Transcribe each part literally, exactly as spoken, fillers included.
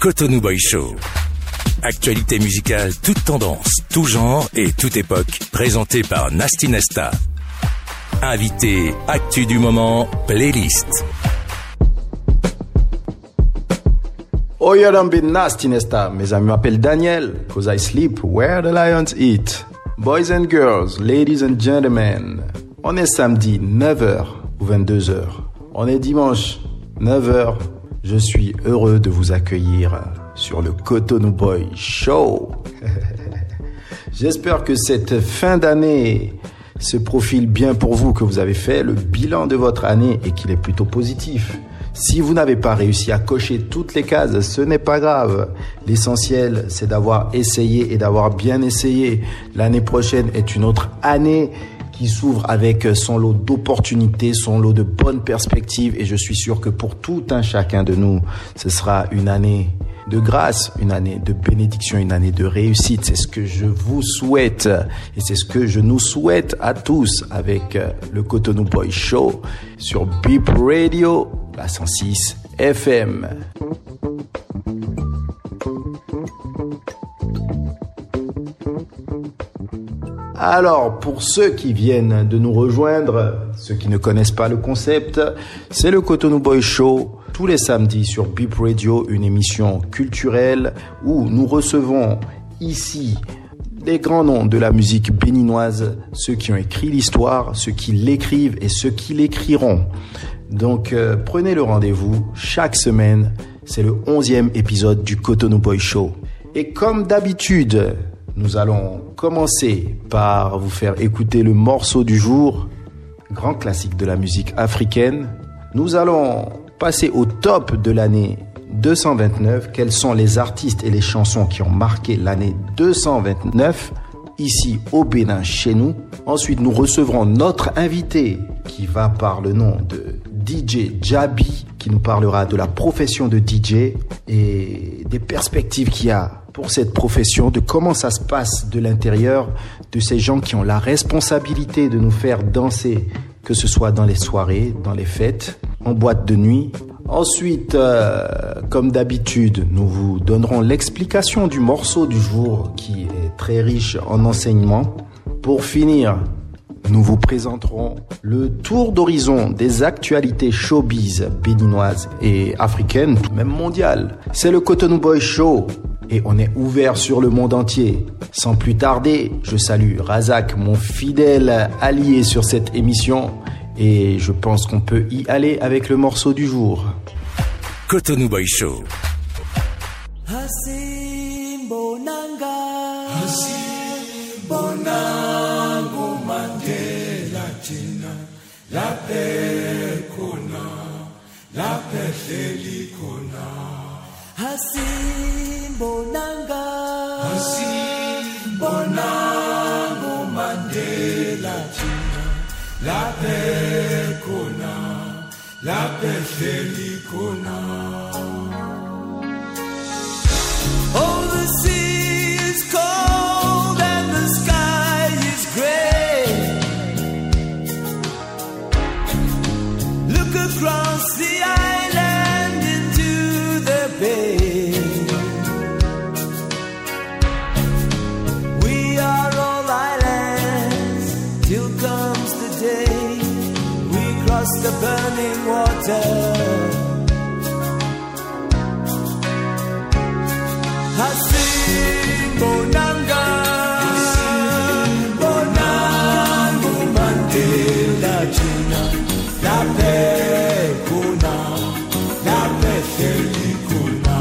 Cotonou Boy Show. Actualité musicale, toute tendance, tout genre et toute époque, présentée par Nasty Nesta. Invité, actu du moment, playlist. Oh, you don't be Nasty Nesta. Mes amis m'appellent Daniel, cause I sleep where the lions eat. Boys and girls, ladies and gentlemen, on est samedi neuf heures ou vingt-deux heures. On est dimanche neuf heures. Je suis heureux de vous accueillir sur le Cotonou Boy Show. J'espère que cette fin d'année se profile bien pour vous, que vous avez fait le bilan de votre année et qu'il est plutôt positif. Si vous n'avez pas réussi à cocher toutes les cases, ce n'est pas grave. L'essentiel, c'est d'avoir essayé et d'avoir bien essayé. L'année prochaine est une autre année qui s'ouvre avec son lot d'opportunités, son lot de bonnes perspectives. Et je suis sûr que pour tout un chacun de nous, ce sera une année de grâce, une année de bénédiction, une année de réussite. C'est ce que je vous souhaite et c'est ce que je nous souhaite à tous avec le Cotonou Boy Show sur Beep Radio, la cent six F M. Alors, pour ceux qui viennent de nous rejoindre, ceux qui ne connaissent pas le concept, c'est le Cotonou Boy Show. Tous les samedis sur Beep Radio, une émission culturelle où nous recevons ici les grands noms de la musique béninoise, ceux qui ont écrit l'histoire, ceux qui l'écrivent et ceux qui l'écriront. Donc euh, prenez le rendez-vous chaque semaine, c'est le onzième épisode du Cotonou Boy Show. Et comme d'habitude, nous allons commencer par vous faire écouter le morceau du jour, grand classique de la musique africaine. Nous allons passer au top de l'année deux cent vingt-neuf. Quels sont les artistes et les chansons qui ont marqué l'année deux cent vingt-neuf ici au Bénin, chez nous. Ensuite, nous recevrons notre invité qui va par le nom de D J Jabi, qui nous parlera de la profession de D J et des perspectives qu'il y a pour cette profession, de comment ça se passe de l'intérieur, de ces gens qui ont la responsabilité de nous faire danser, que ce soit dans les soirées, dans les fêtes, en boîte de nuit. Ensuite, euh, comme d'habitude, nous vous donnerons l'explication du morceau du jour qui est très riche en enseignements. Pour finir, nous vous présenterons le tour d'horizon des actualités showbiz béninoises et africaines, même mondiales. C'est le Cotonou Boy Show et on est ouvert sur le monde entier. Sans plus tarder, je salue Razak, mon fidèle allié sur cette émission. Et je pense qu'on peut y aller avec le morceau du jour. Cotonou Boy Show. Hasimbo nanga, Hasimbo nangu Mandela China, la pekona, la pehelikona. Hasimbo nanga, Hasimbo nangu Mandela China, la pekona, la pehelikona. Oh, the sea is cold and the sky is gray. Look across the island into the bay. We are all islands till comes the day we cross the burning water. Hasimbo nanga, Hasimbo nangu Mandela China, la pekuna, la pehelikuna.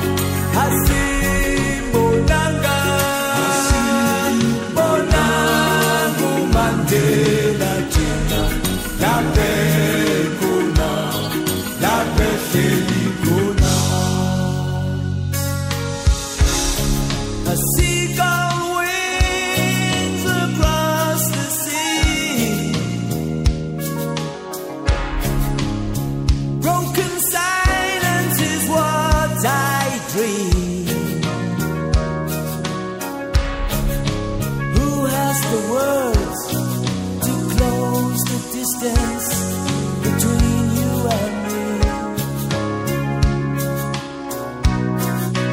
Hasimbo nanga, Hasimbo nangu Mandela China, la pekuna, la pehelikuna. A seagull wings across the sea. Broken silence is what I dream. Who has the words to close the distance between you and me?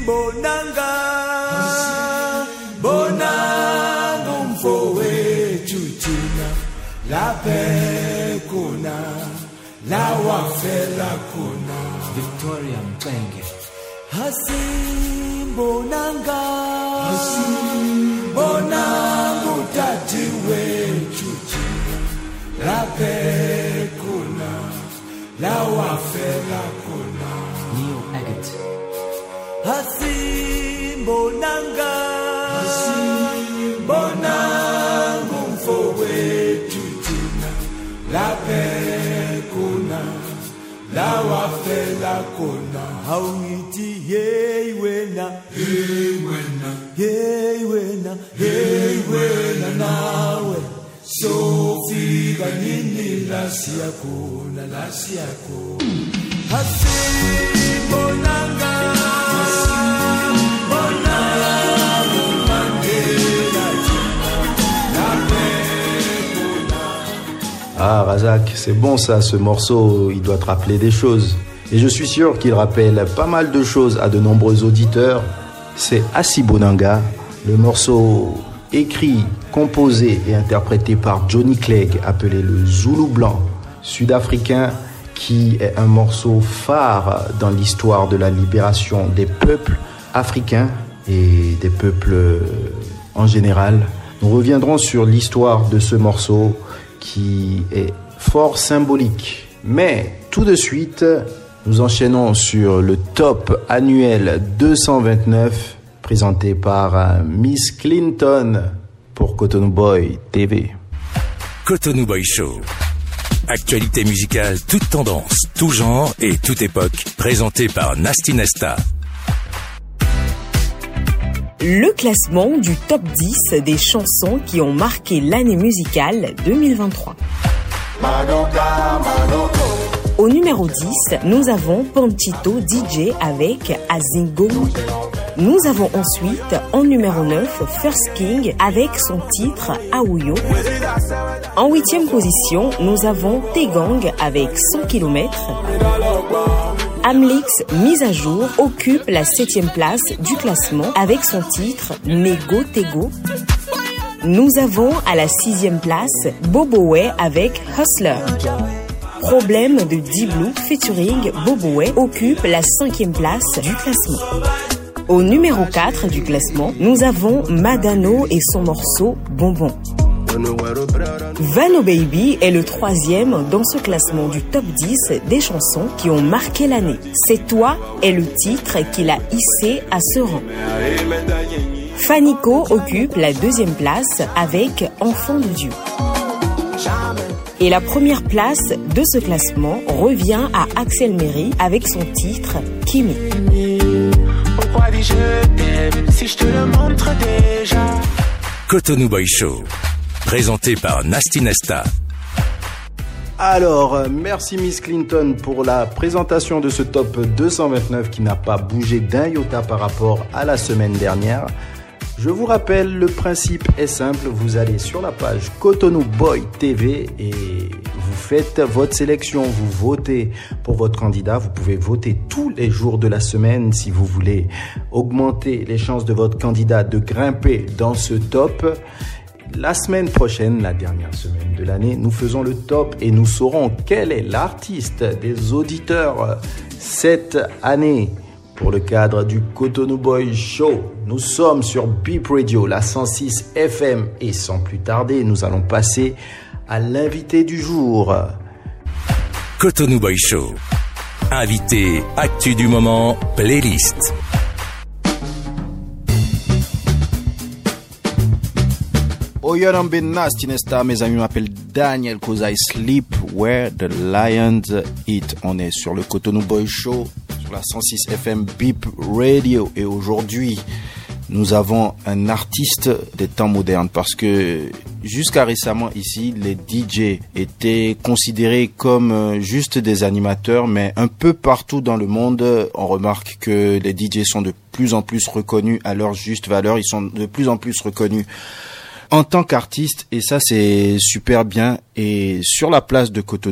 Bonanga, bonanga mfowethu thina lapha khona la wafela khona Victoria Mxenge. Hasimbonanga, hasimbonanga utati wethu thina lapha khona la wafela khona Neo Agate. Hasimbonanga, hasimbonanga mfowethu thina lapha khona la wafela khona. Awuthi hey wena, hey wena, hey wena, hey wena nawe sofika nini la siyakhona la siyakhona. Hasimbonanga, Ah Razak, c'est bon ça, ce morceau, il doit te rappeler des choses. Et je suis sûr qu'il rappelle pas mal de choses à de nombreux auditeurs. C'est Asibonanga, le morceau écrit, composé et interprété par Johnny Clegg, appelé le Zoulou Blanc, sud-africain, qui est un morceau phare dans l'histoire de la libération des peuples africains et des peuples en général. Nous reviendrons sur l'histoire de ce morceau qui est fort symbolique. Mais tout de suite, nous enchaînons sur le top annuel deux cent vingt-neuf présenté par Miss Clinton pour Cotonou Boy T V. Cotonou Boy Show. Actualité musicale, toute tendance, tout genre et toute époque, présenté par Nasty Nesta. Le classement du top dix des chansons qui ont marqué l'année musicale deux mille vingt-trois. Au numéro dix, nous avons Panchito D J avec Azingo. Nous avons ensuite, en numéro neuf, First King avec son titre Aouyo. En huitième position, nous avons Tegang avec cent kilomètres. Amlix, mise à jour, occupe la septième place du classement avec son titre Nego Tego. Nous avons à la sixième place Boboé avec Hustler. Problème de D-Blue featuring Boboé occupe la cinquième place du classement. Au numéro quatre du classement, nous avons Madano et son morceau Bonbon. Vano Baby est le troisième dans ce classement du top dix des chansons qui ont marqué l'année. C'est toi est le titre qui l'a hissé à ce rang. Fanico occupe la deuxième place avec Enfant de Dieu. Et la première place de ce classement revient à Axel Méry avec son titre Kimi. Pourquoi dis-je t'aime si je te le montre déjà? Cotonou Boy Show. Présenté par Nasty Nesta. Alors, merci Miss Clinton pour la présentation de ce top deux cent vingt-neuf qui n'a pas bougé d'un iota par rapport à la semaine dernière. Je vous rappelle, le principe est simple, vous allez sur la page Cotonou Boy T V et vous faites votre sélection, vous votez pour votre candidat. Vous pouvez voter tous les jours de la semaine si vous voulez augmenter les chances de votre candidat de grimper dans ce top. La semaine prochaine, la dernière semaine de l'année, nous faisons le top et nous saurons quel est l'artiste des auditeurs cette année. Pour le cadre du Cotonou Boy Show, nous sommes sur Beep Radio, la cent six F M. Et sans plus tarder, nous allons passer à l'invité du jour. Cotonou Boy Show. Invité, actu du moment, playlist. Oyoram Ben Nasty Nesta, mes amis, m'appelle Daniel cause I sleep where the lions eat. On est sur le Cotonou Boy Show, sur la cent six F M Beep Radio. Et aujourd'hui, nous avons un artiste des temps modernes parce que jusqu'à récemment ici, les D J étaient considérés comme juste des animateurs, mais un peu partout dans le monde, on remarque que les D J sont de plus en plus reconnus à leur juste valeur. Ils sont de plus en plus reconnus en tant qu'artiste, et ça c'est super bien. Et sur la place de Cotonou,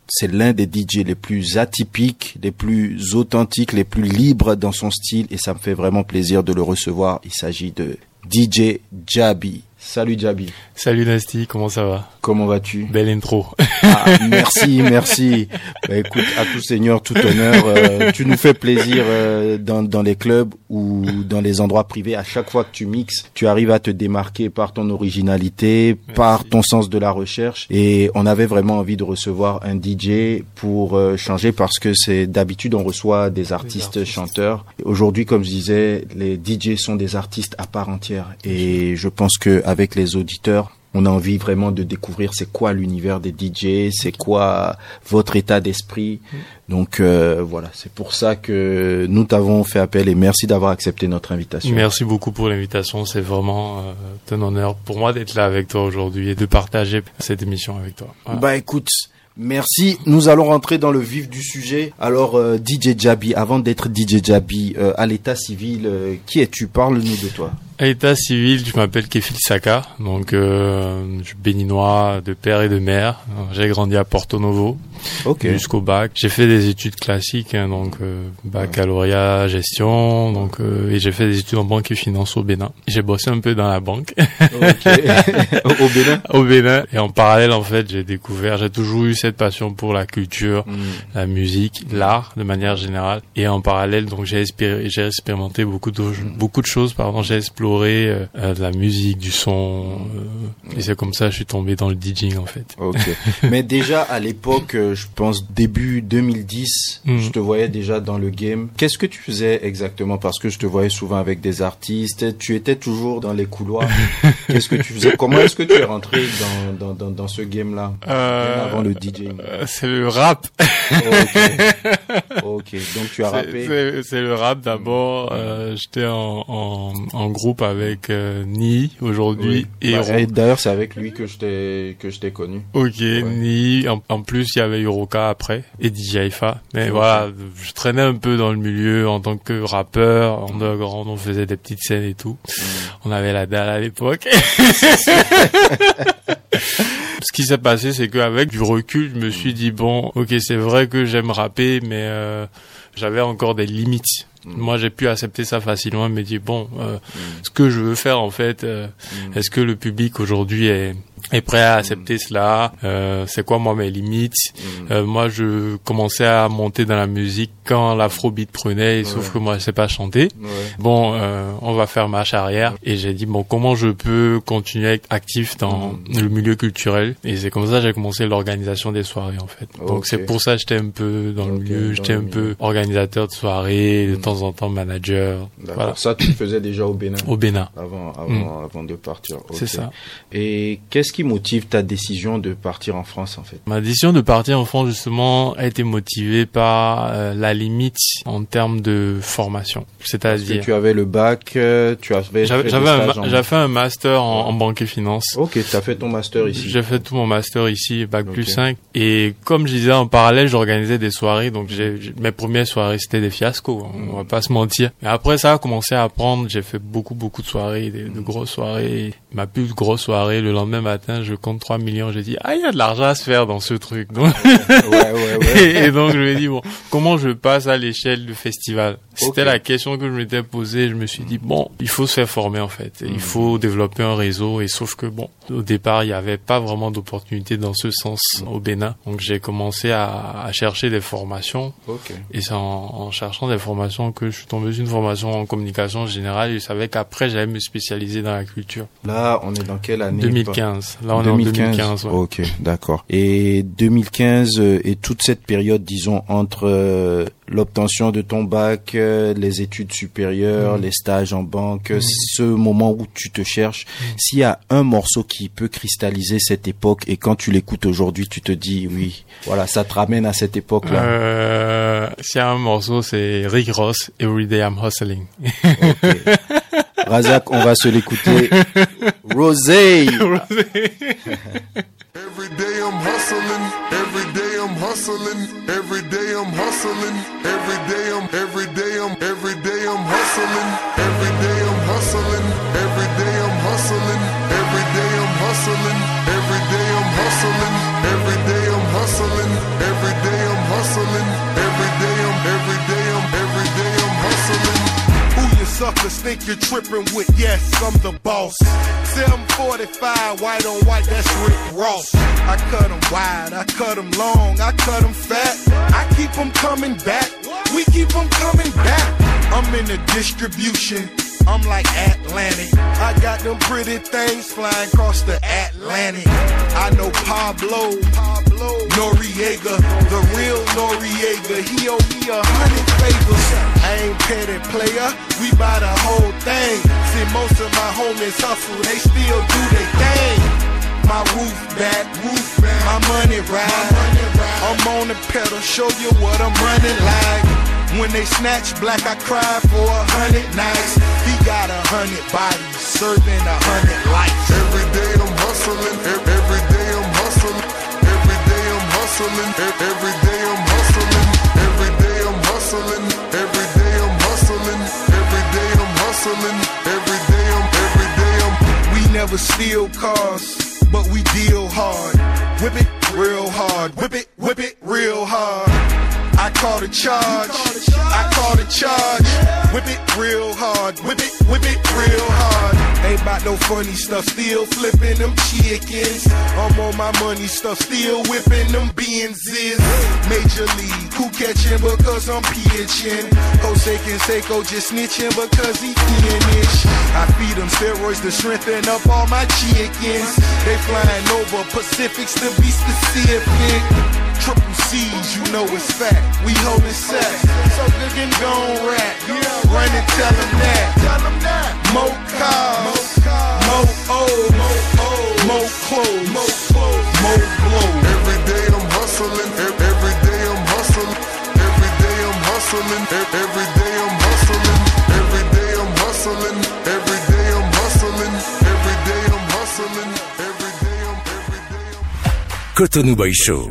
c'est l'un des D J les plus atypiques, les plus authentiques, les plus libres dans son style et ça me fait vraiment plaisir de le recevoir. Il s'agit de D J Jabi. Salut Jabi. Salut Nasty, comment ça va? Comment vas-tu? Belle intro. Ah, merci, merci. Bah, écoute, à tout seigneur, tout honneur. Euh, tu nous fais plaisir euh, dans, dans les clubs ou dans les endroits privés. À chaque fois que tu mixes, tu arrives à te démarquer par ton originalité, merci. Par ton sens de la recherche. Et on avait vraiment envie de recevoir un D J pour euh, changer parce que c'est d'habitude on reçoit des artistes, des artistes. chanteurs. Aujourd'hui, comme je disais, les D J sont des artistes à part entière. Et je pense que avec les auditeurs, on a envie vraiment de découvrir c'est quoi l'univers des D J, c'est quoi votre état d'esprit. Donc euh, voilà, c'est pour ça que nous t'avons fait appel et merci d'avoir accepté notre invitation. Merci beaucoup pour l'invitation, c'est vraiment euh, un honneur pour moi d'être là avec toi aujourd'hui et de partager cette émission avec toi. Voilà. Bah écoute, merci. Nous allons rentrer dans le vif du sujet. Alors euh, D J Jabi, avant d'être D J Jabi, euh, à l'état civil, euh, qui es-tu? Parle-nous de toi. À l'état civil, je m'appelle Kefil Saka, donc euh, je suis béninois de père et de mère. J'ai grandi à Porto Novo okay. jusqu'au bac. J'ai fait des études classiques, hein, donc euh, baccalauréat, gestion, donc euh, et j'ai fait des études en banque et finance au Bénin. J'ai bossé un peu dans la banque. Okay. Au Bénin. Au Bénin. Et en parallèle, en fait, j'ai découvert, j'ai toujours eu cette passion pour la culture, mm. la musique, l'art de manière générale. Et en parallèle, donc j'ai expéri- j'ai expérimenté beaucoup de mm. beaucoup de choses. Pardon, j'ai exploré Euh, de la musique, du son, euh, et c'est comme ça que je suis tombé dans le DJing en fait. Ok. Mais déjà à l'époque, euh, je pense début deux mille dix, mm. je te voyais déjà dans le game. Qu'est-ce que tu faisais exactement? Parce que je te voyais souvent avec des artistes. Tu étais toujours dans les couloirs. Qu'est-ce que tu faisais? Comment est-ce que tu es rentré dans dans dans, dans ce game-là euh, avant le DJing? euh, C'est le rap. Ok. Ok. Donc tu as c'est, rappé. C'est, c'est le rap d'abord. Mm. Euh, j'étais en, en en groupe avec euh, Ni aujourd'hui oui. et, bah, Ro- et d'ailleurs c'est avec lui que je t'ai que je t'ai connu. Ok, ouais. Ni en, en plus il y avait Yuroka après et D J Haifa. Mais okay. voilà, je traînais un peu dans le milieu en tant que rappeur, en underground, on faisait des petites scènes et tout. Mm. On avait la dalle à l'époque. Ce qui s'est passé, c'est qu'avec du recul, je me suis dit bon, ok, c'est vrai que j'aime rapper, mais euh, j'avais encore des limites. Mmh. Moi, j'ai pu accepter ça facilement, me dire bon, euh, mmh. ce que je veux faire en fait, euh, mmh. est-ce que le public aujourd'hui est est prêt à accepter mmh. cela? euh, C'est quoi moi mes limites? mmh. euh, Moi, je commençais à monter dans la musique quand l'afrobeat prenait, et ouais. sauf que moi, je sais pas chanter. Ouais. Bon, euh, on va faire marche arrière. Et j'ai dit bon, comment je peux continuer à être actif dans mmh. le milieu culturel? Et c'est comme ça que j'ai commencé l'organisation des soirées en fait. Okay. Donc c'est pour ça que j'étais un peu dans le okay, milieu, j'étais un peu organisateur de soirées, mmh. de temps en temps manager. Voilà. Ça, tu le faisais déjà au Bénin. Au Bénin. Avant, avant, mmh. avant de partir. Okay. C'est ça. Et qu'est-ce qui motive ta décision de partir en France en fait? Ma décision de partir en France justement a été motivée par euh, la limite en termes de formation. C'est-à-dire Parce que tu avais le bac, euh, tu avais j'avais, fait j'avais, un, en... j'avais fait un master en, en banque et finance. Ok, tu as fait ton master ici. J'ai fait tout mon master ici, bac okay. plus cinq. Et comme je disais en parallèle, j'organisais des soirées. Donc j'ai, j'ai, mes premières soirées c'était des fiascos, on mmh. va pas se mentir. Mais après ça a commencé à prendre, j'ai fait beaucoup beaucoup de soirées, de, de grosses soirées. Ma plus grosse soirée, le lendemain matin, je compte trois millions, j'ai dit ah il y a de l'argent à se faire dans ce truc. Donc ouais, ouais, ouais. et, et donc je me dis bon, comment je passe à l'échelle du festival? C'était okay. la question que je m'étais posée. Je me suis dit bon, il faut se faire former en fait, il faut développer un réseau. Et sauf que bon, au départ il y avait pas vraiment d'opportunité dans ce sens au Bénin. Donc j'ai commencé à, à chercher des formations. Okay. Et c'est en, en cherchant des formations que je suis tombé sur une formation en communication générale. Et je savais qu'après j'allais me spécialiser dans la culture. Là on est dans quelle année? deux mille quinze. Là on deux mille quinze. est en deux mille quinze. Ouais. Ok, d'accord. Et deux mille quinze euh, et toute cette période, disons entre euh, l'obtention de ton bac, euh, les études supérieures, mmh. les stages en banque, mmh. ce moment où tu te cherches, mmh. s'il y a un morceau qui peut cristalliser cette époque et quand tu l'écoutes aujourd'hui, tu te dis oui, voilà, ça te ramène à cette époque-là. Euh, s'il y a un morceau, c'est Rick Ross, Everyday I'm Hustling. Ok. Razak, on va se l'écouter. Rosé. Every day I'm hustling, every day I'm hustling, every day I'm hustling, every day I'm, every day I'm, every day I'm hustling, every day I'm hustling, every day I'm hustling, every day I'm hustling, every day I'm hustling, every day I'm hustling, every suckers think you're tripping with, yes, I'm the boss. seven forty-five, white on white, that's Rick Ross. I cut them wide, I cut them long, I cut them fat. I keep them coming back, we keep them coming back. I'm in the distribution, I'm like Atlantic. I got them pretty things flying across the Atlantic. I know Pablo, Pablo Noriega, the real Noriega. He owe me a hundred favors. I ain't petty player, we buy the whole thing. See, most of my homies hustle, they still do their thing. My roof back, roof back, my money ride. I'm on the pedal, show you what I'm running like. When they snatch black, I cry for a hundred nights. He got a hundred bodies, serving a hundred lives. Every day I'm hustling, e- every day I'm hustling. Every day I'm hustling, e- every day I'm hustling. Every day I'm hustling, every day I'm hustling. Every day I'm hustling, every day I'm, every day I'm. We never steal cars, but we deal hard. Whip it real hard, whip it, whip it real hard. I call the charge, I call the charge. Whip it real hard, whip it, whip it real hard. Ain't about no funny stuff, still flipping them chickens. I'm on my money stuff, still whipping them Benzes. Major League, who catching because I'm pitching. Jose Canseco just snitching because he finish. I feed them steroids to strengthen up all my chickens. They flying over Pacifics to be specific. Triple C's, you know it's fact. We holding set, so good and gon' rap. Run and tell them that. More cars, more O's, more clothes, more blow. Every day I'm hustling, e- every day I'm hustling. Every day I'm hustling, e- every day I'm hustling. Every day I'm hustling, every day I'm hustling. Every day I'm hustling, every day I'm, every day I'm. Cotonou Boy Show.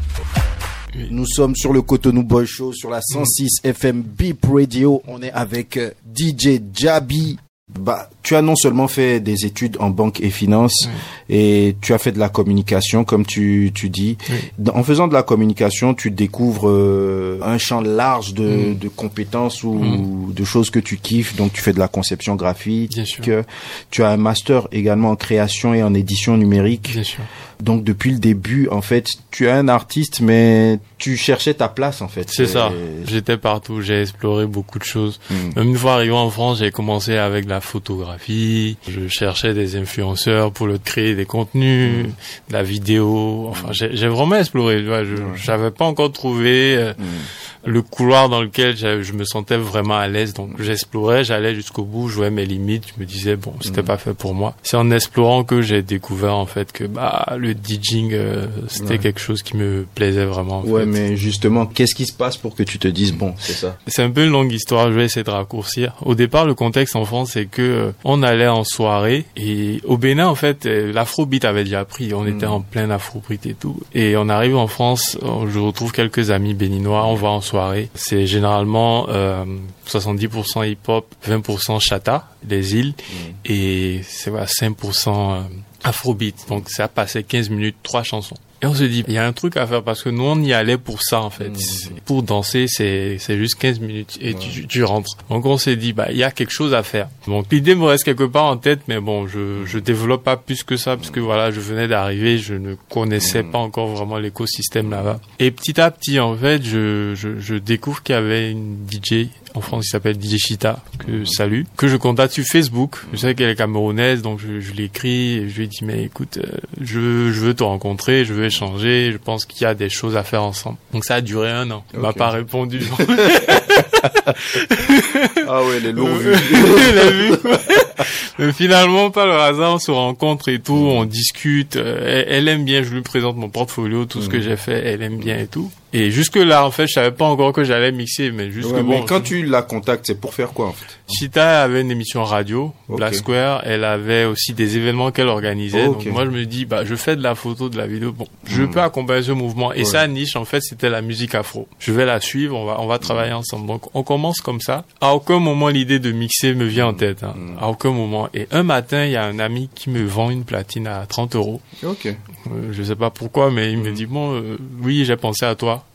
Nous sommes sur le Cotonou Boy Show sur la cent six F M Beep Radio. On est avec euh, D J Jabi. Bah, tu as non seulement fait des études en banque et finance, oui. et tu as fait de la communication, comme tu, tu dis. Oui. En faisant de la communication, tu découvres euh, un champ large de, mmh. de compétences ou mmh. de choses que tu kiffes. Donc, tu fais de la conception graphique. Bien sûr. Tu as un master également en création et en édition numérique. Bien sûr. Donc, depuis le début, en fait, tu es un artiste, mais tu cherchais ta place, en fait. C'est et... ça. J'étais partout. J'ai exploré beaucoup de choses. Mmh. Même une fois arrivé en France, j'ai commencé avec la photographie. Je cherchais des influenceurs pour leur créer des contenus, mmh. de la vidéo. Enfin, j'ai, j'ai vraiment exploré. Je, ouais. j'avais pas encore trouvé euh, mmh. le couloir dans lequel je, je me sentais vraiment à l'aise. Donc, j'explorais, j'allais jusqu'au bout, je jouais mes limites. Je me disais, bon, c'était mmh. pas fait pour moi. C'est en explorant que j'ai découvert, en fait, que, bah, le DJing, euh, c'était ouais. quelque chose qui me plaisait vraiment. En ouais, fait. Mais justement, qu'est-ce qui se passe pour que tu te dises, bon, c'est ça? C'est un peu une longue histoire, je vais essayer de raccourcir. Au départ, le contexte en France, c'est que euh, on allait en soirée, et au Bénin, en fait, euh, l'afrobeat avait déjà pris. On mmh. était en plein afrobeat et tout. Et on arrive en France, je retrouve quelques amis béninois, on va en soirée. C'est généralement euh, soixante-dix pour cent hip-hop, vingt pour cent chata, les îles, mmh. et c'est voilà, cinq pour cent... Euh, Afrobeat, donc ça passait quinze minutes, trois chansons. Et on se dit, il y a un truc à faire parce que nous on y allait pour ça en fait. Mmh. Pour danser, c'est c'est juste quinze minutes et ouais. tu, tu rentres. Donc on s'est dit, bah il y a quelque chose à faire. Donc l'idée me reste quelque part en tête, mais bon, je je développe pas plus que ça parce que voilà, je venais d'arriver, je ne connaissais mmh. pas encore vraiment l'écosystème là-bas. Et petit à petit en fait, je je, je découvre qu'il y avait une D J en France qui s'appelle D J Chita, que je salue, que je contacte sur Facebook. Je sais qu'elle est camerounaise, donc je, je l'écris et je lui dis, mais écoute, euh, je, je veux te rencontrer, je veux échanger, je pense qu'il y a des choses à faire ensemble. Donc ça a duré un an. Il okay. m'a pas répondu. Ah ouais, les longs vues. Les vues. Mais finalement, par le hasard, on se rencontre et tout, mmh. on discute. Elle, elle aime bien, je lui présente mon portfolio, tout mmh. ce que j'ai fait, elle aime bien et tout. Et jusque là, en fait, je savais pas encore que j'allais mixer, mais juste ouais, que bon. Mais quand tu la contactes, c'est pour faire quoi, en fait? Chita avait une émission radio, okay. Black Square. Elle avait aussi des événements qu'elle organisait. Oh, okay. Donc moi, je me dis, bah, je fais de la photo, de la vidéo. Bon, je mmh. peux accompagner ce mouvement. Et ouais. sa niche, en fait, c'était la musique afro. Je vais la suivre. On va, on va travailler ensemble. Donc, on commence comme ça. À aucun moment, l'idée de mixer me vient mmh. en tête. Hein. Mmh. À aucun moment. Et un matin, il y a un ami qui me vend une platine à trente euros. Ok. Euh, je sais pas pourquoi, mais il mmh. me dit, bon, euh, oui, j'ai pensé à toi.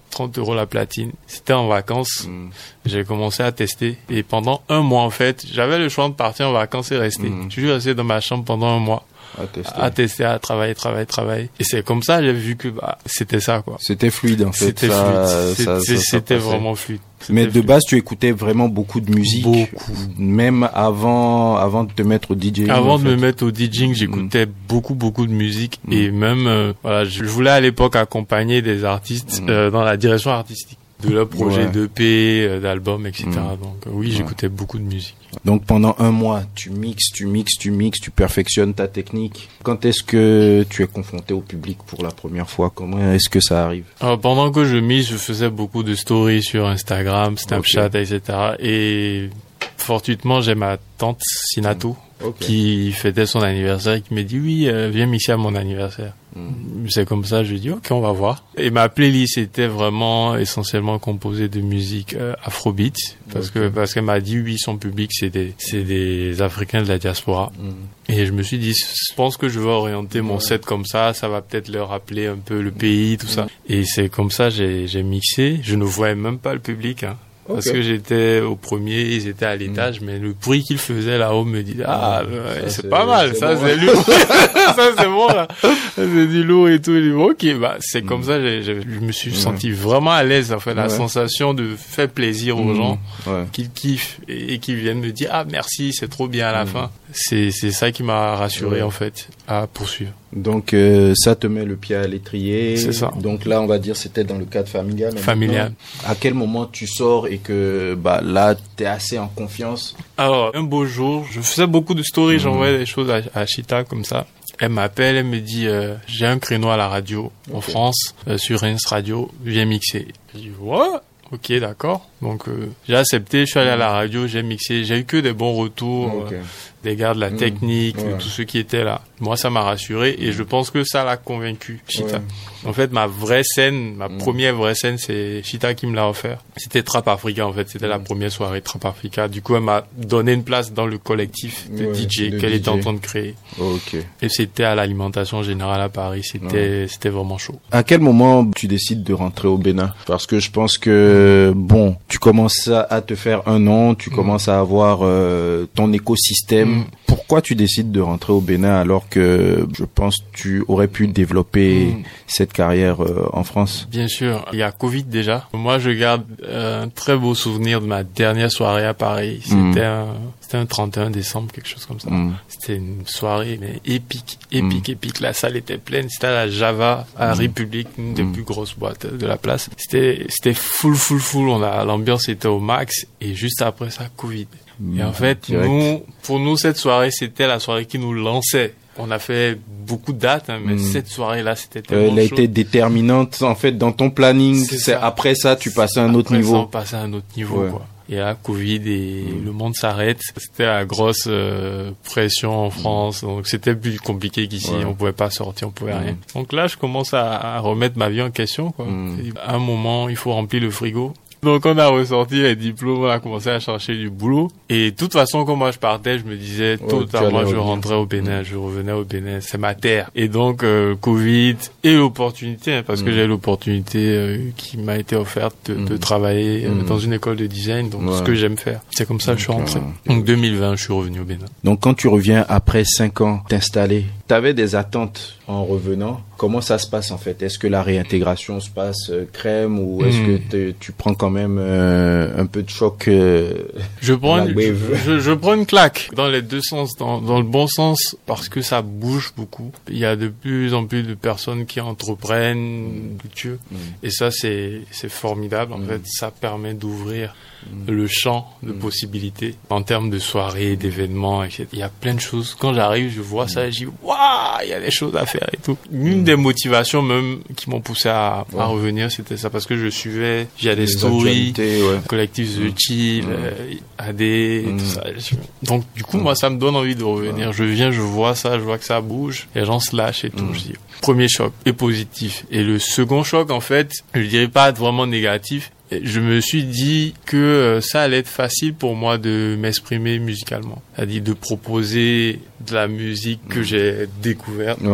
trente euros la platine. C'était en vacances. Mmh. J'ai commencé à tester. Et pendant un mois, en fait, j'avais le choix de partir en vacances et rester. Mmh. Je suis resté dans ma chambre pendant un mois. À tester. à tester, à travailler, travailler, travailler. Et c'est comme ça, j'ai vu que bah, c'était ça, quoi. C'était fluide, en fait. C'était ça, fluide. Ça, ça, c'était, ça, c'était ça vraiment fluide. C'était Mais fluide. de base, tu écoutais vraiment beaucoup de musique. Beaucoup. Même avant, avant de te mettre au DJing. Avant de fait. me mettre au DJing, j'écoutais mmh. beaucoup, beaucoup de musique. Mmh. Et même, euh, voilà, je voulais à l'époque accompagner des artistes mmh. euh, dans la direction artistique. De leur projet ouais. d'E P, euh, d'albums, et cetera. Mmh. Donc euh, oui, j'écoutais ouais. beaucoup de musique. Donc pendant un mois, tu mixes, tu mixes, tu mixes, tu perfectionnes ta technique. Quand est-ce que tu es confronté au public pour la première fois? Comment est-ce que ça arrive? Alors, pendant que je mixe, je faisais beaucoup de stories sur Instagram, Snapchat, okay. et cetera. Et fortuitement, j'ai ma tante Sinato mmh. okay. qui fêtait son anniversaire et qui me dit oui, euh, viens mixer à mon anniversaire. Mmh. C'est comme ça, je lui dis ok, on va voir. Et ma playlist était vraiment essentiellement composée de musique euh, afrobeat parce okay. que parce qu'elle m'a dit oui, son public c'est des c'est des Africains de la diaspora. Mmh. Et je me suis dit je pense que je vais orienter mon ouais. set comme ça, ça va peut-être leur rappeler un peu le pays, tout mmh. ça. Et c'est comme ça j'ai j'ai mixé. Je ne voyais même pas le public. Hein. Parce okay. que j'étais au premier, ils étaient à l'étage, mmh. mais le bruit qu'ils faisaient là-haut me dit ah, ouais, ça, c'est, c'est pas mal, c'est ça bon. C'est lourd, ça c'est bon là, c'est du lourd et tout. Et dit, ok, bah c'est mmh. comme ça, j'ai, j'ai, je me suis mmh. senti vraiment à l'aise. En fait, la ouais. sensation de faire plaisir aux mmh. gens, ouais. qu'ils kiffent et, et qu'ils viennent me dire ah merci, c'est trop bien à la mmh. fin. C'est c'est ça qui m'a rassuré ouais. en fait à poursuivre. Donc euh, ça te met le pied à l'étrier. C'est ça. Donc là, on va dire c'était dans le cadre familial. Familial. À quel moment tu sors et que bah là t'es assez en confiance? Alors un beau jour, je faisais beaucoup de stories, mmh. j'envoyais des choses à, à Chita comme ça. Elle m'appelle, elle me dit euh, j'ai un créneau à la radio okay. en France euh, sur Reims Radio, viens mixer. Je dis ouais. Ok, d'accord. Donc euh, j'ai accepté, je suis allé à la radio, j'ai mixé, j'ai eu que des bons retours, okay. euh, des gars de la technique, mmh, ouais. tous ceux qui étaient là. Moi, ça m'a rassuré et je pense que ça l'a convaincu, Chita. Ouais. En fait, ma vraie scène, ma mmh. première vraie scène, c'est Chita qui me l'a offert. C'était Trap Africa, en fait. C'était mmh. la première soirée Trap Africa. Du coup, elle m'a donné une place dans le collectif de ouais, D J qu'elle D J. Était en train de créer. Oh, okay. Et c'était à l'Alimentation Générale à Paris. C'était, ouais. c'était vraiment chaud. À quel moment tu décides de rentrer au Bénin? Parce que je pense que, bon, tu commences à, à te faire un nom, tu mmh. commences à avoir euh, ton écosystème. Mmh. Pourquoi tu décides de rentrer au Bénin alors que je pense tu aurais pu développer mmh. cette carrière euh, en France? Bien sûr, il y a Covid déjà. Moi, je garde euh, un très beau souvenir de ma dernière soirée à Paris. C'était mmh. un c'était un trente et un décembre, quelque chose comme ça. Mmh. C'était une soirée mais épique, épique, mmh. épique. La salle était pleine. C'était à la Java, à mmh. République, une des mmh. plus grosses boîtes de la place. C'était c'était full, full, full. On a l'ambiance était au max et juste après ça, Covid. Et en fait, direct. nous, pour nous, cette soirée, c'était la soirée qui nous lançait. On a fait beaucoup de dates, hein, mais mmh. cette soirée-là, c'était tellement euh, Elle a chaud. été déterminante, en fait, dans ton planning. C'est c'est après ça, tu passais à un autre après niveau. Ça, on passait à un autre niveau, ouais. quoi. Et là, Covid et mmh. le monde s'arrête. C'était la grosse euh, pression en France, donc c'était plus compliqué qu'ici. Ouais. On pouvait pas sortir, on pouvait mmh. rien. Donc là, je commence à, à remettre ma vie en question, quoi. Mmh. À un moment, il faut remplir le frigo. Donc on a ressorti les diplômes, on a commencé à chercher du boulot. Et de toute façon, quand moi je partais, je me disais, ouais, totalement, je rentrais au Bénin, mmh. je revenais au Bénin, c'est ma terre. Et donc, euh, Covid et l'opportunité, hein, parce mmh. que j'ai l'opportunité euh, qui m'a été offerte de, mmh. de travailler euh, mmh. dans une école de design, donc ouais. ce que j'aime faire. C'est comme ça que je suis rentré. Ouais. Donc deux mille vingt, je suis revenu au Bénin. Donc quand tu reviens après cinq ans t'installer, t'avais des attentes en revenant. Comment ça se passe en fait? Est-ce que la réintégration se passe euh, crème ou est-ce mmh. que tu prends quand même euh, un peu de choc euh, je, prends une, je, je prends une claque dans les deux sens, dans, dans le bon sens parce que ça bouge beaucoup. Il y a de plus en plus de personnes qui entreprennent, mmh. Dieu, mmh. et ça c'est c'est formidable en mmh. fait. Ça permet d'ouvrir mmh. le champ de mmh. possibilités en termes de soirées, d'événements, et cetera. Il y a plein de choses. Quand j'arrive, je vois mmh. ça et je dis waouh, il y a des choses à faire et tout. Une mmh. des motivations même qui m'ont poussé à, ouais. à revenir, c'était ça parce que je suivais via des, des stories, ouais. collectifs The Chill, mmh. euh, A D, mmh. tout ça. Donc du coup, mmh. moi, ça me donne envie de revenir. Ouais. Je viens, je vois ça, je vois que ça bouge, les gens se lâchent et tout. Mmh. Je dis, premier choc est positif. Et le second choc, en fait, je dirais pas vraiment négatif. Je me suis dit que ça allait être facile pour moi de m'exprimer musicalement. C'est-à-dire de proposer de la musique que j'ai découverte. Ouais.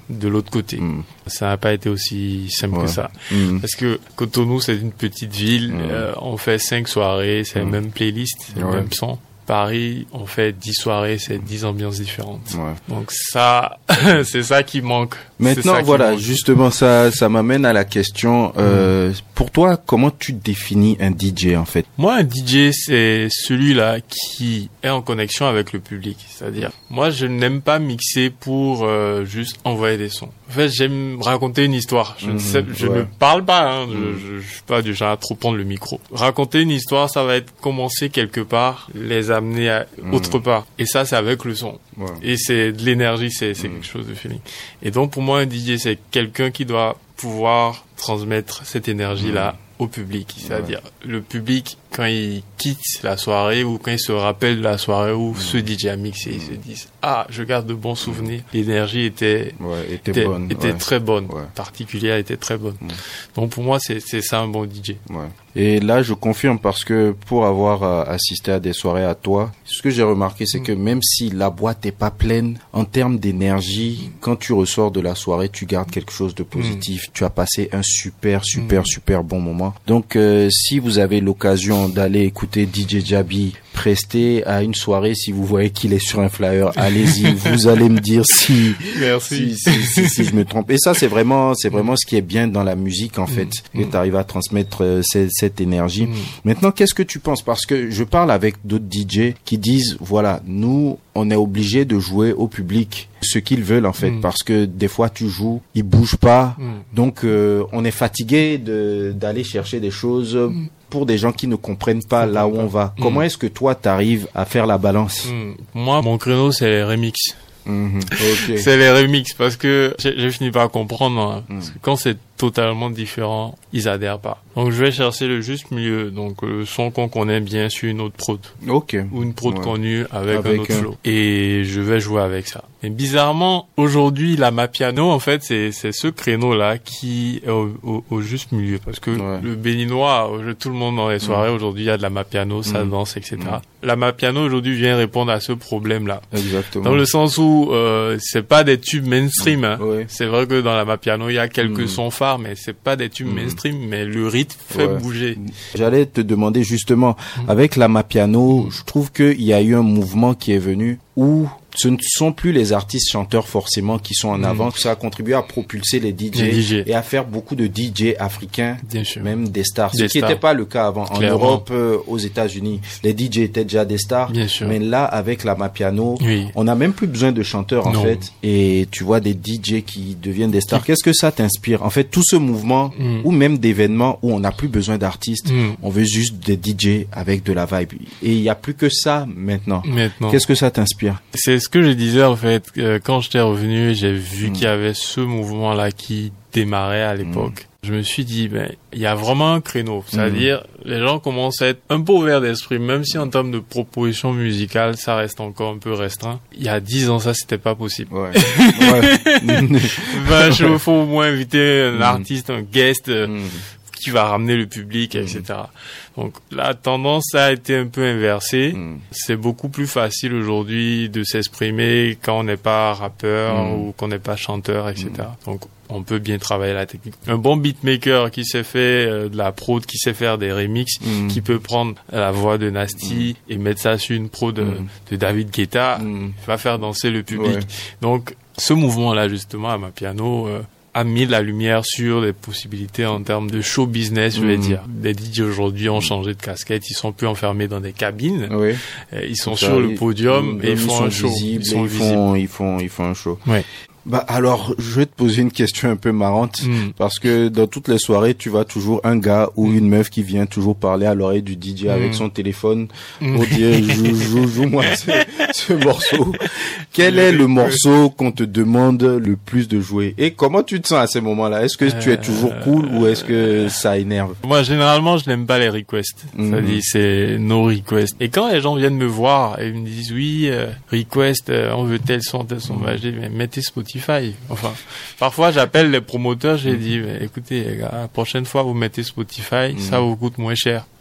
de l'autre côté. Mm. Ça n'a pas été aussi simple ouais. que ça. Mm. Parce que Cotonou, c'est une petite ville, mm. euh, on fait cinq soirées, c'est mm. la même playlist, c'est ouais. le même son. Paris, on fait dix soirées, c'est dix ambiances différentes. Ouais. Donc ça, c'est ça qui manque. Maintenant, voilà, manque. Justement, ça, ça m'amène à la question, euh, mmh. pour toi, comment tu définis un D J, en fait? Moi, un D J, c'est celui-là qui est en connexion avec le public. C'est-à-dire, moi, je n'aime pas mixer pour euh, juste envoyer des sons. En fait, j'aime raconter une histoire. Je, mmh, ne, sais, je ouais. ne parle pas, hein, mmh. je, je, je suis pas du genre à trop prendre le micro. Raconter une histoire, ça va être commencer quelque part, les amener à mmh. autre part. Et ça, c'est avec le son. Ouais. Et c'est de l'énergie, c'est, c'est mmh. quelque chose de feeling. Et donc, pour moi, un D J, c'est quelqu'un qui doit pouvoir transmettre cette énergie-là mmh. au public. C'est-à-dire, ouais. le public, quand il quitte la soirée ou quand il se rappelle de la soirée où mmh. ce D J a mixé, mmh. ils se disent « Ah, je garde de bons souvenirs. Mmh. L'énergie était, ouais, était, était, bonne, était ouais. très bonne. Ouais. Particulière, était très bonne. Mmh. » Donc, pour moi, c'est, c'est ça un bon D J. Ouais. Et là, je confirme parce que pour avoir euh, assisté à des soirées à toi, ce que j'ai remarqué, c'est mmh. que même si la boîte est pas pleine, en termes d'énergie, quand tu ressors de la soirée, tu gardes quelque chose de positif. Mmh. Tu as passé un super, super, mmh. super bon moment. Donc, euh, si vous avez l'occasion d'aller écouter D J Jabi prester à une soirée, si vous voyez qu'il est sur un flyer, allez-y, vous allez me dire si, Merci. Si, si, si, si je me trompe. Et ça, c'est vraiment, c'est vraiment ce qui est bien dans la musique, en fait, mmh. que tu arrives à transmettre euh, cette, cette énergie. Mmh. Maintenant, qu'est-ce que tu penses? Parce que je parle avec d'autres D J qui disent, voilà, nous, on est obligé de jouer au public ce qu'ils veulent, en fait, mmh. parce que des fois, tu joues, ils bougent pas. Mmh. Donc, euh, on est fatigué de, d'aller chercher des choses mmh. pour des gens qui ne comprennent pas là où on va. Mmh. Comment est-ce que toi, t'arrives à faire la balance? mmh. Moi, mon créneau, c'est les remixes. Mmh. Okay. C'est les remixes parce que j'ai, j'ai fini par comprendre, hein, mmh. parce que quand c'est totalement différent, ils adhèrent pas. Donc je vais chercher le juste milieu, donc le son qu'on connaît bien sur une autre prod. Ok. Ou une prod ouais. connue avec, avec un autre un... flow. Et je vais jouer avec ça. Mais bizarrement, aujourd'hui, la Mapiano, en fait, c'est, c'est ce créneau-là qui est au, au, au juste milieu. Parce que ouais. le béninois, tout le monde dans les soirées, mmh. aujourd'hui, il y a de la Mapiano, ça mmh. danse, et cetera. Mmh. La Mapiano, aujourd'hui, vient répondre à ce problème-là. Exactement. Dans le sens où, euh, c'est pas des tubes mainstream, mmh. hein. Ouais. C'est vrai que dans la Mapiano, il y a quelques mmh. sons phares, mais c'est pas des tubes mmh. mainstream, mais le rythme fait ouais. bouger. J'allais te demander justement, mmh. avec la Mapiano, je trouve qu'il y a eu un mouvement qui est venu où ce ne sont plus les artistes chanteurs forcément qui sont en mmh. avant. Ça a contribué à propulser les D J, les D J et à faire beaucoup de D J africains, même des stars. Des ce qui n'était pas le cas avant. Clairement. En Europe, euh, aux États-Unis, les D J étaient déjà des stars. Bien sûr. Mais là, avec la Mapiano, oui. on n'a même plus besoin de chanteurs en non. fait. Et tu vois des D J qui deviennent des stars. Qu'est-ce que ça t'inspire? En fait, tout ce mouvement, mmh. ou même d'événements où on n'a plus besoin d'artistes, mmh. on veut juste des D J avec de la vibe. Et il n'y a plus que ça maintenant. maintenant. Qu'est-ce que ça t'inspire? C'est ce que je disais en fait, euh, quand j'étais revenu, j'ai vu mmh. qu'il y avait ce mouvement-là qui démarrait à l'époque. Mmh. Je me suis dit, ben, il y a vraiment un créneau. C'est-à-dire, mmh. les gens commencent à être un peu ouverts d'esprit, même si en termes de proposition musicale, ça reste encore un peu restreint. Il y a dix ans, ça, c'était pas possible. Ouais. ouais. ben, je faut au moins inviter un mmh. artiste, un guest, mmh. qui va ramener le public, et cetera. Mmh. Donc la tendance a été un peu inversée. Mmh. C'est beaucoup plus facile aujourd'hui de s'exprimer quand on n'est pas rappeur mmh. ou qu'on n'est pas chanteur, et cetera. Mmh. Donc on peut bien travailler la technique. Un bon beatmaker qui sait faire euh, de la prod, qui sait faire des remixes, mmh. qui peut prendre la voix de Nasty mmh. et mettre ça sur une prod de, mmh. de David Guetta, mmh. va faire danser le public. Ouais. Donc ce mouvement-là justement à Mapiano euh, a mis la lumière sur des possibilités en termes de show business, je vais mmh. dire. Les D J aujourd'hui ont changé de casquette, ils sont plus enfermés dans des cabines. Oui. Ils sont ça, sur le podium ils, et ils, ils font un show. Visibles, ils sont ils visibles. Font, ils font, ils font un show. Oui. Bah alors, je vais te poser une question un peu marrante mmh. parce que dans toutes les soirées, tu vois toujours un gars ou mmh. une meuf qui vient toujours parler à l'oreille du D J mmh. avec son téléphone mmh. pour dire joue, joue, joue-moi ce, ce morceau. Quel est le morceau qu'on te demande le plus de jouer et comment tu te sens à ces moments-là? Est-ce que euh, tu es toujours cool ou est-ce que ça énerve? Moi, généralement, je n'aime pas les requests. Mmh. Ça dit c'est no request. Et quand les gens viennent me voir et me disent oui, euh, request, euh, on veut tel son, tel son, mmh. bah, je dis mais mettez Spotify. Enfin, parfois j'appelle les promoteurs, j'ai mmh. dit, mais écoutez les gars, la prochaine fois vous mettez Spotify, mmh. ça vous coûte moins cher.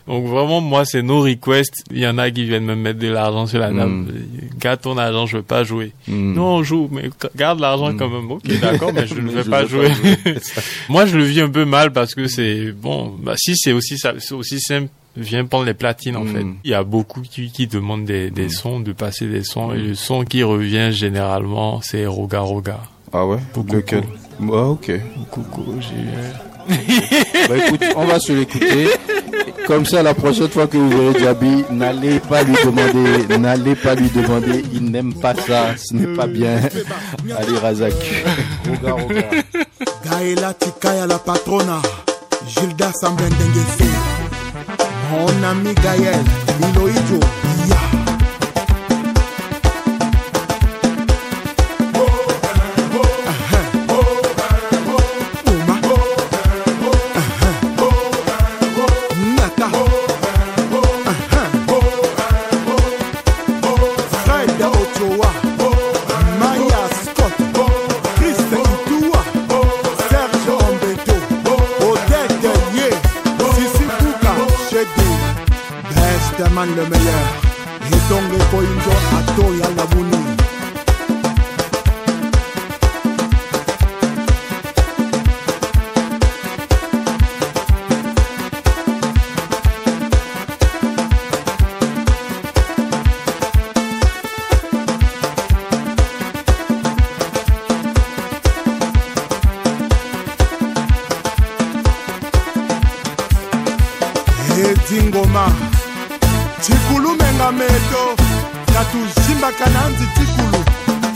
Donc vraiment, moi, c'est no request. Il y en a qui viennent me mettre de l'argent sur la table. Mm. Garde ton argent, je veux pas jouer. Mm. Non, on joue, mais garde l'argent mm. quand même. Ok, d'accord, mais je ne vais pas jouer. Pas jouer. Moi, je le vis un peu mal parce que c'est bon. Bah, si c'est aussi ça, c'est aussi simple. Viens prendre les platines en mm. fait. Il y a beaucoup qui, qui demandent des, des mm. sons, de passer des sons. Mm. Et le son qui revient généralement, c'est Roga Roga. Ah ouais? Beaucoup. Lequel? Ah ok. Coucou, j'ai... Bah écoute, on va se l'écouter. Comme ça, la prochaine fois que vous verrez Djaby, n'allez pas lui demander, n'allez pas lui demander, il n'aime pas ça, ce n'est pas bien. Allez Razak. Roga Roga. Gaëla Tikaya la patrona, Gilda Sambendengese. Mon ami Gaël, Iloïdjo, ya. Le meilleur et donc les coinjo à Toya Labuni. Et Dingoma Tikulu menga meto Tatu Simba Kananzi Tikulu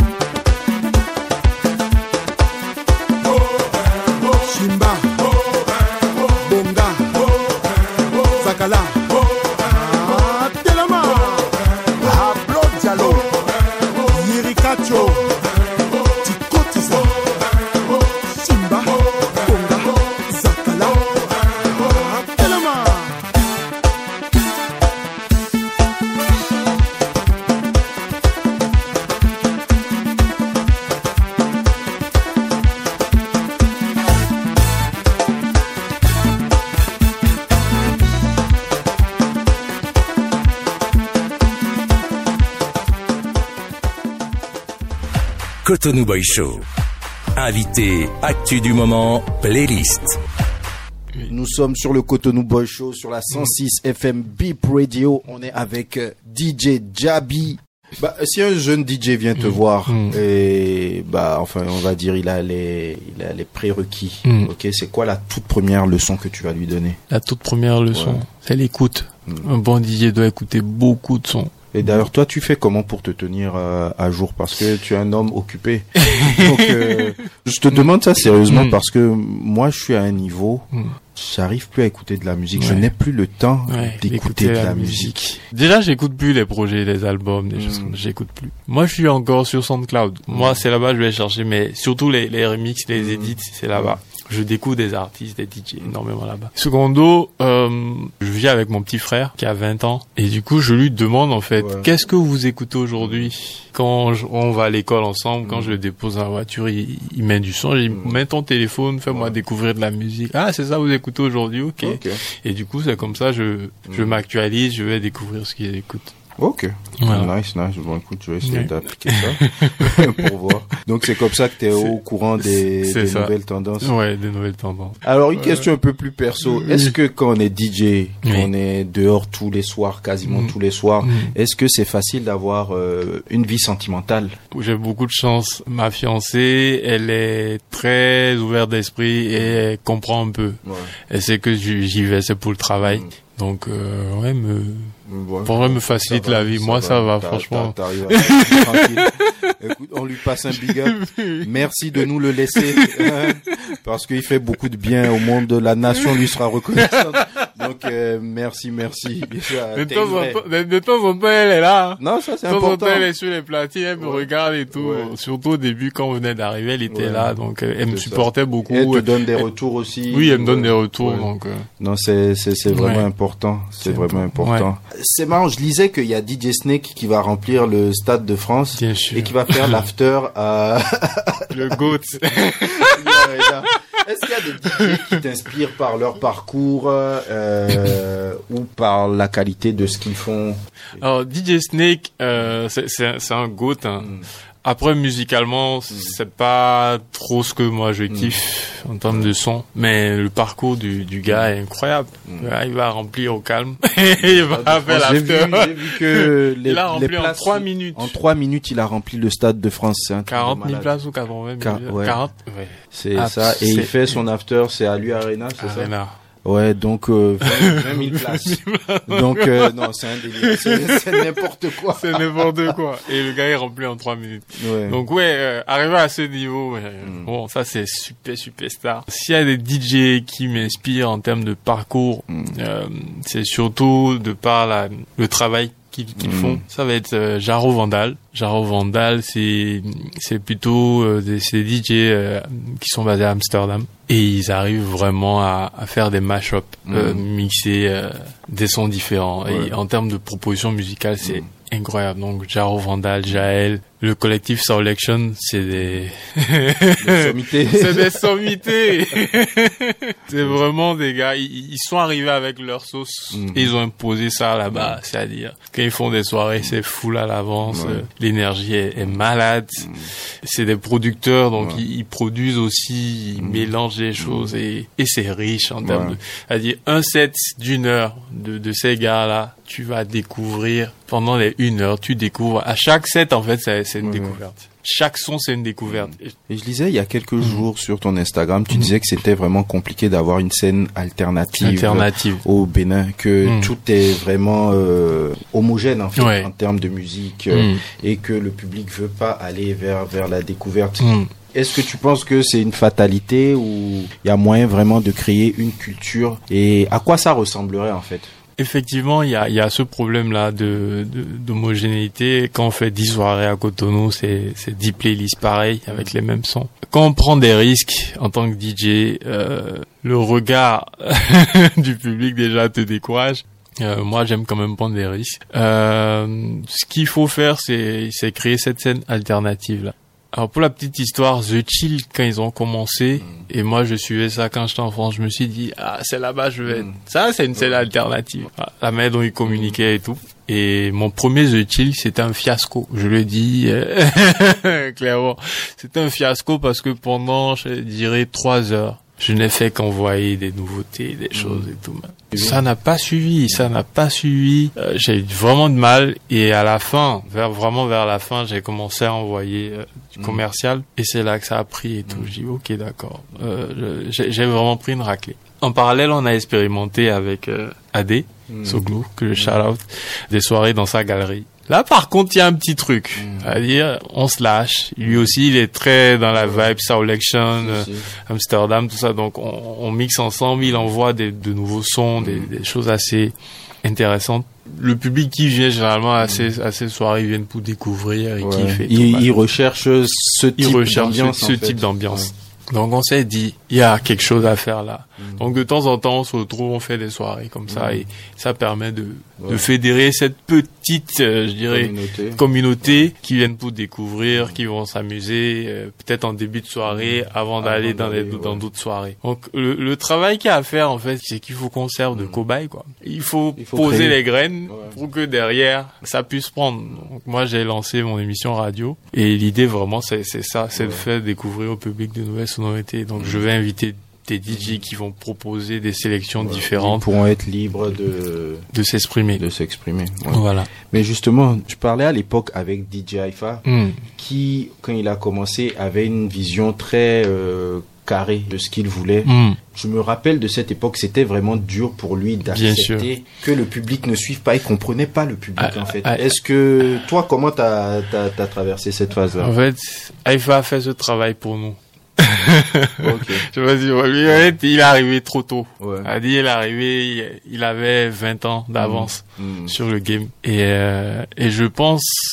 Simba Bonga Zakala Telema Ablo Diallo Yirikacho Tikotisa Simba Bonga Zakala Telema. Cotonou Boy Show. Invité, actu du moment, playlist. Nous sommes sur le Cotonou Boy Show sur la cent six F M Beep Radio. On est avec D J Djaby. Bah, si un jeune D J vient te mmh. voir mmh. et bah enfin on va dire il a les il a les prérequis. Mmh. Ok, c'est quoi la toute première leçon que tu vas lui donner? La toute première leçon, ouais. c'est l'écoute. Mmh. Un bon D J doit écouter beaucoup de sons. Et d'ailleurs, toi, tu fais comment pour te tenir euh, à jour? Parce que tu es un homme occupé. Donc, euh, je te demande ça sérieusement mm. parce que moi, je suis à un niveau, mm. j'arrive plus à écouter de la musique. Ouais. Je n'ai plus le temps ouais, d'écouter de la, la musique. musique. Déjà, j'écoute plus les projets, les albums, des mm. choses comme ça. J'écoute plus. Moi, je suis encore sur SoundCloud. Mm. Moi, c'est là-bas, je vais chercher, mais surtout les, les remixes, les edits, c'est là-bas. Je découvre des artistes, des D J énormément là-bas. Secondo, euh, je vis avec mon petit frère qui a vingt ans et du coup je lui demande en fait, ouais. qu'est-ce que vous écoutez aujourd'hui? Quand je, on va à l'école ensemble, mmh. quand je le dépose dans la voiture, il, il met du son, il mmh. mets ton téléphone, fais-moi ouais. découvrir de la musique. Ah, c'est ça vous écoutez aujourd'hui, ok. okay. Et du coup c'est comme ça, je, mmh. je m'actualise, je vais découvrir ce qu'ils écoutent. Ok, voilà. nice, nice. Bon, écoute, je vais essayer ouais. d'appliquer ça pour voir. Donc, c'est comme ça que tu es au courant des, des nouvelles tendances. Ouais, des nouvelles tendances. Alors, une euh... question un peu plus perso. Est-ce que quand on est D J, oui. on est dehors tous les soirs, quasiment mmh. tous les soirs, mmh. est-ce que c'est facile d'avoir euh, une vie sentimentale? J'ai beaucoup de chance. Ma fiancée, elle est très ouverte d'esprit et elle comprend un peu. Ouais. Elle sait que j'y vais, c'est pour le travail. Mmh. Donc, euh, ouais, me, ouais, pour elle, me facilite va, la vie. Moi, va, ça va, franchement. T'arrives à tranquille. Écoute, on lui passe un big up. Merci de nous le laisser, hein, parce qu'il fait beaucoup de bien au monde. La nation lui sera reconnaissante. Donc, euh, merci, merci. De temps en temps, de temps en temps, elle est là. Hein. Non, ça, c'est important. De temps en temps, elle est sur les platines, elle me ouais. regarde et tout. Ouais. Surtout au début, quand on venait d'arriver, elle était ouais. là. Donc, elle c'est me supportait ça. beaucoup. Et elle te donne des retours aussi. Oui, elle me donne des retours, ouais. donc, euh... Non, c'est, c'est, c'est vraiment ouais. important. C'est, c'est vraiment important. important. Ouais. C'est marrant, je lisais qu'il y a D J Snake qui va remplir le Stade de France et qui va faire l'after à... le GOAT. Est-ce qu'il y a des D J qui t'inspirent par leur parcours euh, ou par la qualité de ce qu'ils font? Alors, D J Snake, euh, c'est, c'est, c'est un goat, hein. Mm. Après, musicalement, c'est pas trop ce que moi je kiffe mmh. en termes de son, mais le parcours du, du gars est incroyable. Mmh. Il va remplir au calme. Il va ah, faire l'after. J'ai vu que les, il a rempli les en places, trois minutes. En trois minutes, il a rempli le stade de France. C'est un quarante mille places ou quatre-vingt mille? Car, ouais. quarante, ouais. C'est ah, ça. Et c'est... il fait son after, c'est à lui Arena, c'est Arena. ça? Ouais, donc euh, vingt mille places. Donc euh, non, c'est un délire, c'est, c'est n'importe quoi. C'est n'importe quoi. Et le gars est rempli en trois minutes. Ouais. Donc ouais, euh, arriver à ce niveau, euh, mm. bon, ça c'est super superstar. S'il y a des D J qui m'inspirent en termes de parcours, mm. euh, c'est surtout de par la, le travail qu'ils, qu'ils mm. font. Ça va être euh, Jaro Vandal. Jaro Vandal, c'est c'est plutôt euh, des, c'est des D J euh, qui sont basés à Amsterdam. Et ils arrivent vraiment à, à faire des mash-up, mmh. euh, mixer euh, des sons différents. Ouais. Et en termes de propositions musicales, c'est mmh. incroyable. Donc, Jaro Vandal, Jaël, le collectif Soul Action, c'est des... des sommités. C'est des sommités. C'est vraiment des gars, ils, ils sont arrivés avec leur sauce mmh. et ils ont imposé ça là-bas. Mmh. C'est-à-dire, quand ils font des soirées, c'est full à l'avance. Ouais. Euh, l'énergie est, est malade. Mmh. C'est des producteurs, donc ouais. ils, ils produisent aussi, ils mmh. mélangent les choses et, et c'est riche en termes ouais. de, c'est-à-dire un set d'une heure de, de ces gars-là, tu vas découvrir pendant les une heure, tu découvres, à chaque set, en fait, c'est, c'est une ouais. découverte. Chaque son, c'est une découverte. Et je lisais il y a quelques mmh. jours sur ton Instagram, tu mmh. disais que c'était vraiment compliqué d'avoir une scène alternative, alternative. au Bénin, que mmh. tout est vraiment euh, homogène en fait ouais. en termes de musique euh, mmh. et que le public veut pas aller vers vers la découverte. Mmh. Est-ce que tu penses que c'est une fatalité ou il y a moyen vraiment de créer une culture et à quoi ça ressemblerait en fait? Effectivement, il y a, il y a ce problème-là de, de, d'homogénéité. Quand on fait dix soirées à Cotonou, c'est, c'est dix playlists pareilles avec les mêmes sons. Quand on prend des risques en tant que D J, euh, le regard du public déjà te décourage. Euh, moi, j'aime quand même prendre des risques. Euh, ce qu'il faut faire, c'est, c'est créer cette scène alternative-là. Alors pour la petite histoire, The Chill, quand ils ont commencé, mmh. et moi je suivais ça quand j'étais enfant, je me suis dit, ah c'est là-bas je vais être. Mmh. Ça c'est une scène alternative. La manière dont ils communiquaient et tout. Et mon premier The Chill, c'était un fiasco. Je le dis euh, clairement. C'était un fiasco parce que pendant, je dirais, trois heures, je n'ai fait qu'envoyer des nouveautés, des choses mmh. et tout. Ça n'a pas suivi, ça n'a pas suivi. Euh, j'ai eu vraiment de mal et à la fin, vers vraiment vers la fin, j'ai commencé à envoyer euh, du mmh. commercial et c'est là que ça a pris et tout. Mmh. J'ai dit ok d'accord. Euh, j'ai, j'ai vraiment pris une raclée. En parallèle, on a expérimenté avec euh, A D, mmh. Soglo, que je shout out, des soirées dans sa galerie. Là, par contre, il y a un petit truc. Mmh. C'est-à-dire, on se lâche. Lui aussi, il est très dans la vibe Soul Action, euh, Amsterdam, tout ça. Donc, on, on mixe ensemble. Il envoie des, de nouveaux sons, mmh. des, des choses assez intéressantes. Le public qui vient généralement à ces, à ces soirées, ils viennent pour découvrir et ouais. kiffer. Il, il recherche ce type il recherche d'ambiance. Ce, ce type d'ambiance. Ouais. Donc, on s'est dit, il y a quelque chose à faire là. Mmh. Donc, de temps en temps, on se retrouve, on fait des soirées comme ça, mmh. et ça permet de, ouais. de fédérer cette petite, euh, je dirais, communauté, communauté ouais. qui viennent pour découvrir, mmh. qui vont s'amuser, euh, peut-être en début de soirée, mmh. avant d'aller avant dans, d'aller, les, ouais. dans d'autres soirées. Donc, le, le travail qu'il y a à faire, en fait, c'est qu'il faut qu'on serve mmh. de cobaye, quoi. Il faut, il faut poser créer. les graines ouais. pour que derrière, ça puisse prendre. Donc, moi, j'ai lancé mon émission radio, et l'idée, vraiment, c'est, c'est ça, c'est ouais. de faire découvrir au public de nouvelles sonorités. Donc, mmh. je vais inviter des D J qui vont proposer des sélections ouais, différentes. Ils pourront être libres de... De s'exprimer. De s'exprimer. Ouais. Voilà. Mais justement, je parlais à l'époque avec D J Haifa, mm. qui, quand il a commencé, avait une vision très euh, carrée de ce qu'il voulait. Mm. Je me rappelle de cette époque, c'était vraiment dur pour lui d'accepter que le public ne suive pas. Il comprenait pas le public, ah, en fait. Ah, Est-ce que, toi, comment t'as, t'as, t'as traversé cette phase-là? En fait, Haifa a fait ce travail pour nous. Okay. Je me dis, lui, ouais. il est arrivé trop tôt. Ouais. A dit, il est arrivé, il avait vingt ans d'avance mmh. Mmh. sur le game. Et, euh, et je pense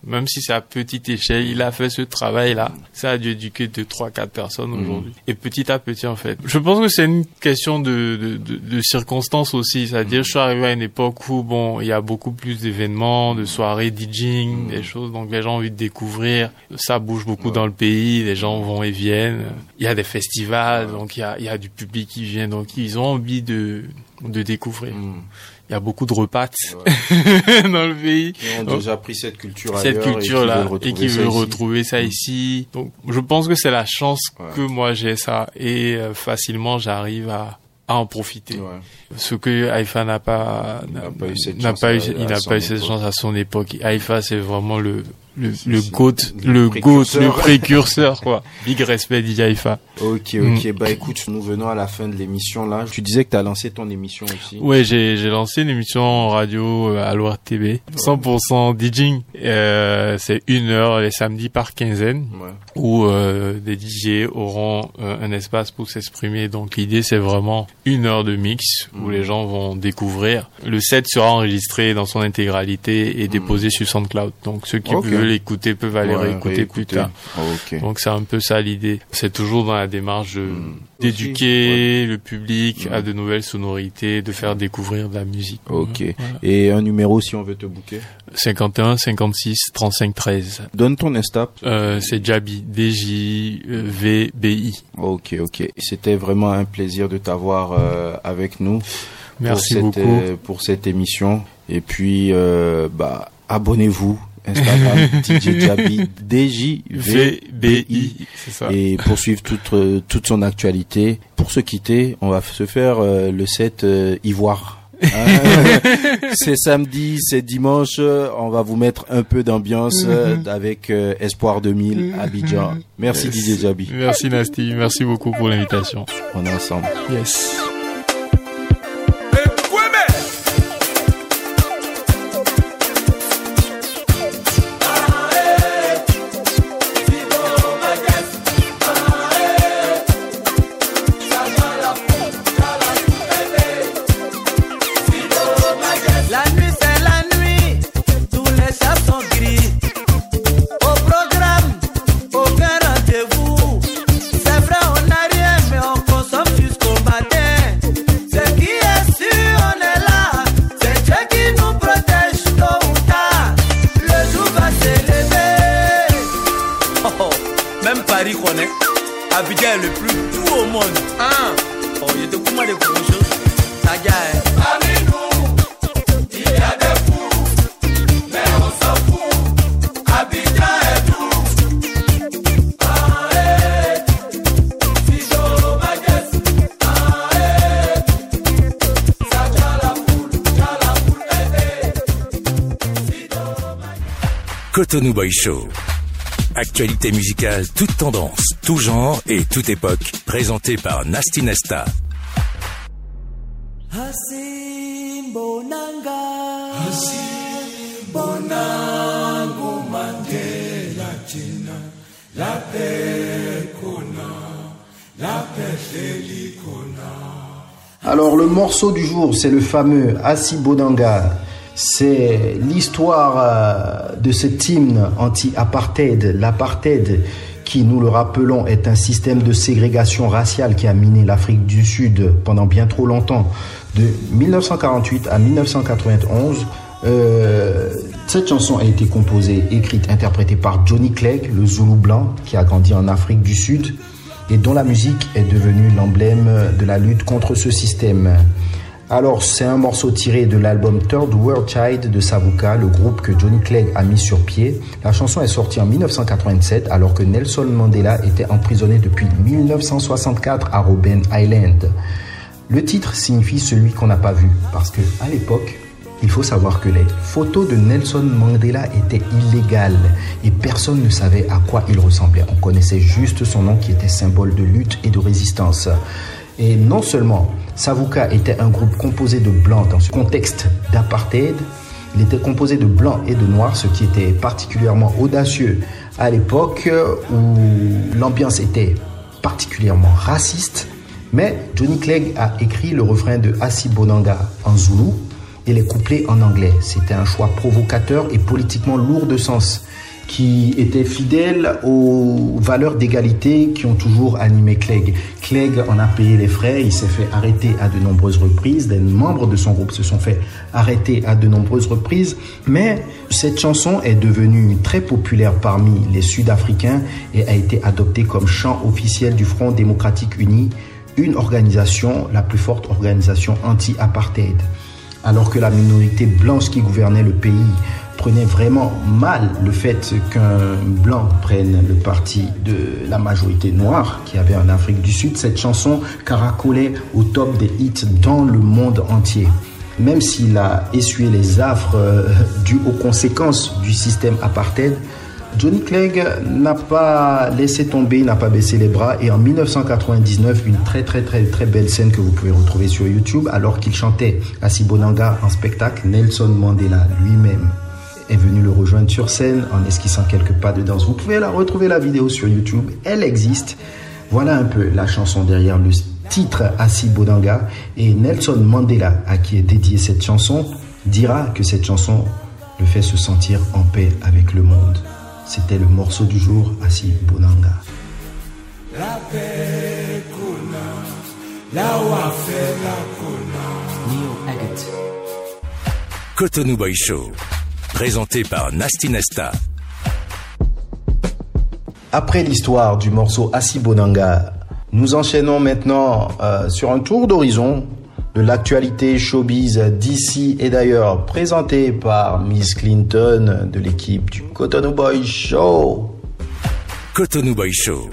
Même si c'est à petite échelle, il a fait ce travail-là. Ça a dû éduquer deux, trois, quatre personnes aujourd'hui. Mmh. Et petit à petit, en fait. Je pense que c'est une question de, de, de, de circonstances aussi. C'est-à-dire, mmh. je suis arrivé à une époque où, bon, il y a beaucoup plus d'événements, de soirées DJing, mmh. des choses. Donc, les gens ont envie de découvrir. Ça bouge beaucoup ouais. dans le pays. Les gens vont et viennent. Il y a des festivals. Ouais. Donc, il y a, il y a du public qui vient. Donc, ils ont envie de, de découvrir. Mmh. Il y a beaucoup de repates ouais. dans le pays. Qui ont donc, déjà pris cette culture cette ailleurs culture-là et qui veulent retrouver ça, ici. retrouver ça ici. Donc, je pense que c'est la chance ouais. que moi j'ai ça et euh, facilement j'arrive à, à en profiter. Ouais. Ce que Haïfa n'a pas, n'a, n'a pas eu cette chance. Pas eu, il n'a pas eu cette chance à son époque. Haïfa, c'est vraiment le le le goat, le goat, le précurseur quoi. Big respect D J Haïfa. Ok, ok. Mm. Bah écoute, nous venons à la fin de l'émission là. Tu disais que tu as lancé ton émission aussi. Ouais, j'ai j'ai lancé une émission en radio euh, à Loire T V, cent pour cent DJing. Euh, c'est une heure les samedis par quinzaine, ouais. où euh, des D J auront euh, un espace pour s'exprimer. Donc l'idée c'est vraiment une heure de mix mm. où les gens vont découvrir. Le set sera enregistré dans son intégralité et déposé mm. sur SoundCloud. Donc ceux qui okay. veulent l'écouter peuvent aller ouais, réécouter, réécouter plus tard. Oh, okay. Donc c'est un peu ça l'idée. C'est toujours dans la démarche de, mmh. d'éduquer ouais. le public mmh. à de nouvelles sonorités, de faire découvrir de la musique. Ok. Voilà. Et un numéro si on veut te booker? cinquante et un, cinquante-six, trente-cinq, treize. Donne ton Insta. Euh, c'est Jabi, D J V B I. Ok, ok. C'était vraiment un plaisir de t'avoir euh, avec nous. Merci pour beaucoup. Cette, euh, pour cette émission. Et puis, euh, bah, abonnez-vous. Instagram D J Jabi, D J V B I, c'est ça. Et pour suivre toute euh, toute son actualité. Pour se quitter, on va se faire euh, le set euh, Ivoire. Hein c'est samedi, c'est dimanche, on va vous mettre un peu d'ambiance euh, avec euh, Espoir deux mille Abidjan. Merci yes. D J Jabi. Merci Nasty, merci beaucoup pour l'invitation. On est ensemble. Yes. Abidjan est le plus doux au monde. Hein? Oh, il y a de comment de gros choses. Ça gagne. Parmi nous, il y a des fous, mais on s'en fout. Abidjan est doux. Ah, eh. Fido Magues. Ah, eh. Ça tient la foule, tient la foule, eh, eh. Fido Magues. Cotonou Boy Show. Actualité musicale, toute tendance, tout genre et toute époque, présentée par Nasty Nesta. Hasim Bonanga, Hasim Bonango Mandela China, la paix kona, la paix kona. Alors le morceau du jour, c'est le fameux Hasim Bonanga. C'est l'histoire de cet hymne anti-apartheid, l'apartheid, qui, nous le rappelons, est un système de ségrégation raciale qui a miné l'Afrique du Sud pendant bien trop longtemps, de mille neuf cent quarante-huit à mille neuf cent quatre-vingt-onze. Euh, cette chanson a été composée, écrite, interprétée par Johnny Clegg, le Zoulou blanc, qui a grandi en Afrique du Sud et dont la musique est devenue l'emblème de la lutte contre ce système. Alors, c'est un morceau tiré de l'album Third World Child de Savuka, le groupe que Johnny Clegg a mis sur pied. La chanson est sortie en mille neuf cent quatre-vingt-sept, alors que Nelson Mandela était emprisonné depuis mille neuf cent soixante-quatre à Robben Island. Le titre signifie celui qu'on n'a pas vu, parce que à l'époque, il faut savoir que les photos de Nelson Mandela étaient illégales et personne ne savait à quoi il ressemblait. On connaissait juste son nom qui était symbole de lutte et de résistance. Et non seulement Savuka était un groupe composé de blancs dans ce contexte d'apartheid, il était composé de blancs et de noirs, ce qui était particulièrement audacieux à l'époque où l'ambiance était particulièrement raciste. Mais Johnny Clegg a écrit le refrain de Hasim Bonanga en zoulou et les couplets en anglais. C'était un choix provocateur et politiquement lourd de sens, qui était fidèle aux valeurs d'égalité qui ont toujours animé Clegg. Clegg en a payé les frais, il s'est fait arrêter à de nombreuses reprises, des membres de son groupe se sont fait arrêter à de nombreuses reprises, mais cette chanson est devenue très populaire parmi les Sud-Africains et a été adoptée comme chant officiel du Front démocratique uni, une organisation, la plus forte organisation anti-apartheid. Alors que la minorité blanche qui gouvernait le pays prenait vraiment mal le fait qu'un blanc prenne le parti de la majorité noire qu'il y avait en Afrique du Sud, cette chanson caracolait au top des hits dans le monde entier. Même s'il a essuyé les affres euh, dues aux conséquences du système apartheid, Johnny Clegg n'a pas laissé tomber, n'a pas baissé les bras, et en dix-neuf cent quatre-vingt-dix-neuf, une très très très très belle scène que vous pouvez retrouver sur YouTube, alors qu'il chantait à Sibonanga en spectacle, Nelson Mandela lui-même est venu le rejoindre sur scène en esquissant quelques pas de danse. Vous pouvez la retrouver, la vidéo, sur YouTube, elle existe. Voilà un peu la chanson derrière le titre Asibonanga, et Nelson Mandela, à qui est dédiée cette chanson, dira que cette chanson le fait se sentir en paix avec le monde. C'était le morceau du jour, Asibonanga. La paix kuna, la wafe la kuna. Neil Agate. Cotonou Boy Show, présenté par Nasty Nesta. Après l'histoire du morceau Asibonanga, nous enchaînons maintenant euh, sur un tour d'horizon de l'actualité showbiz d'ici et d'ailleurs, présenté par Miss Clinton de l'équipe du Cotonou Boy Show. Cotonou Boy Show.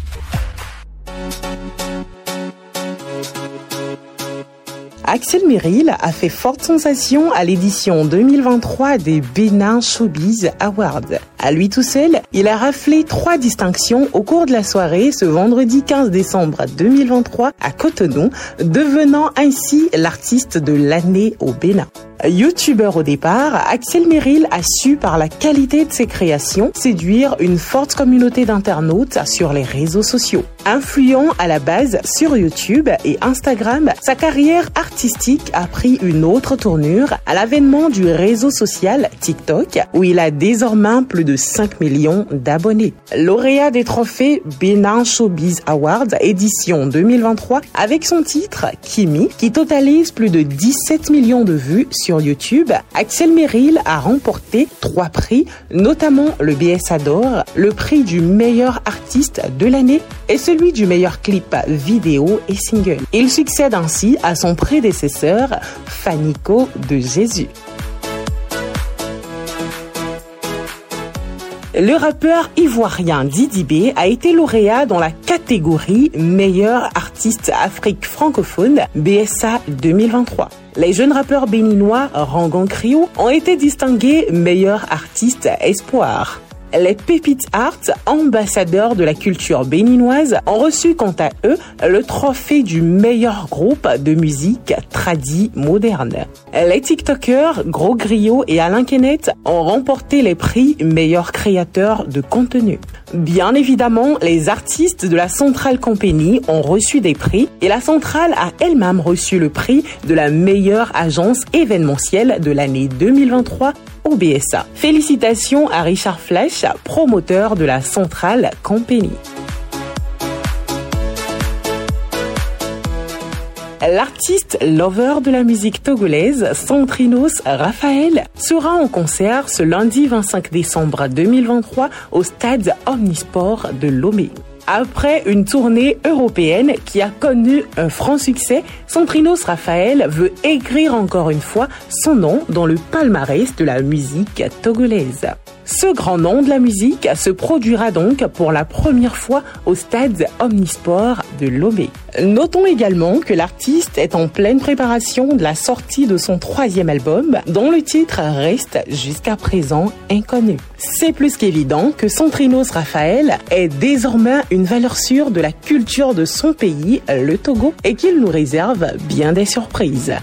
Axel Merrill a fait forte sensation à l'édition deux mille vingt-trois des Bénin Showbiz Awards. À lui tout seul, il a raflé trois distinctions au cours de la soirée ce vendredi quinze décembre deux mille vingt-trois à Cotonou, devenant ainsi l'artiste de l'année au Bénin. YouTubeur au départ, Axel Merrill a su, par la qualité de ses créations, séduire une forte communauté d'internautes sur les réseaux sociaux. Influent à la base sur YouTube et Instagram, sa carrière artistique a pris une autre tournure à l'avènement du réseau social TikTok, où il a désormais plus de cinq millions d'abonnés. Lauréat des trophées Bénin Showbiz Awards édition deux mille vingt-trois avec son titre Kimi, qui totalise plus de dix-sept millions de vues sur YouTube, Axel Merrill a remporté trois prix, notamment le B S A d'or, le prix du meilleur artiste de l'année et celui du meilleur clip vidéo et single. Il succède ainsi à son prédécesseur, Fanico de Jésus. Le rappeur ivoirien Didi B a été lauréat dans la catégorie meilleur artiste Afrique francophone B S A deux mille vingt-trois. Les jeunes rappeurs béninois Rangan Krio ont été distingués meilleur artiste espoir. Les Pépites Art, ambassadeurs de la culture béninoise, ont reçu quant à eux le trophée du meilleur groupe de musique tradi moderne. Les TikTokers Gros Griot et Alain Kenneth ont remporté les prix meilleur créateur de contenu. Bien évidemment, les artistes de la Central Company ont reçu des prix et la Centrale a elle-même reçu le prix de la meilleure agence événementielle de l'année deux mille vingt-trois au B S A. Félicitations à Richard Flash, promoteur de la Central Company. L'artiste lover de la musique togolaise, Centrinos Raphaël, sera en concert ce lundi vingt-cinq décembre deux mille vingt-trois au stade Omnisport de Lomé. Après une tournée européenne qui a connu un franc succès, Centrinos Raphaël veut écrire encore une fois son nom dans le palmarès de la musique togolaise. Ce grand nom de la musique se produira donc pour la première fois au stade Omnisport de Lomé. Notons également que l'artiste est en pleine préparation de la sortie de son troisième album, dont le titre reste jusqu'à présent inconnu. C'est plus qu'évident que Centrinos Raphaël est désormais une valeur sûre de la culture de son pays, le Togo, et qu'il nous réserve bien des surprises.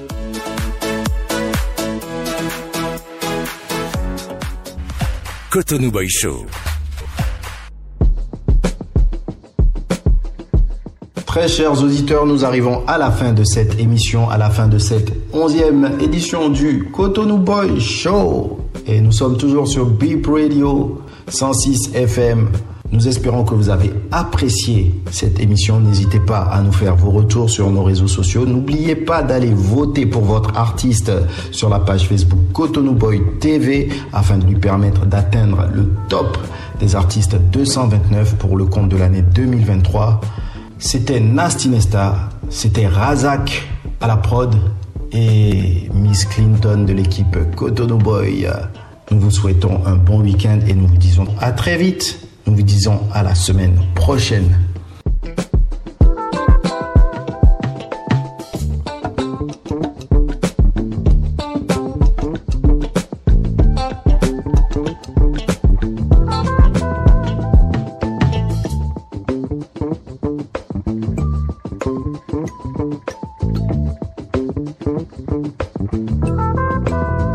Cotonou Boy Show. Très chers auditeurs, nous arrivons à la fin de cette émission, à la fin de cette onzième édition du Cotonou Boy Show. Et nous sommes toujours sur Beep Radio cent six F M. Nous espérons que vous avez apprécié cette émission. N'hésitez pas à nous faire vos retours sur nos réseaux sociaux. N'oubliez pas d'aller voter pour votre artiste sur la page Facebook Cotonou Boy T V afin de lui permettre d'atteindre le top des artistes deux cent vingt-neuf pour le compte de l'année deux mille vingt-trois. C'était Nasty Nesta, c'était Razak à la prod et Miss Clinton de l'équipe Cotonou Boy. Nous vous souhaitons un bon week-end et nous vous disons à très vite. Nous vous disons à la semaine prochaine. Thank you.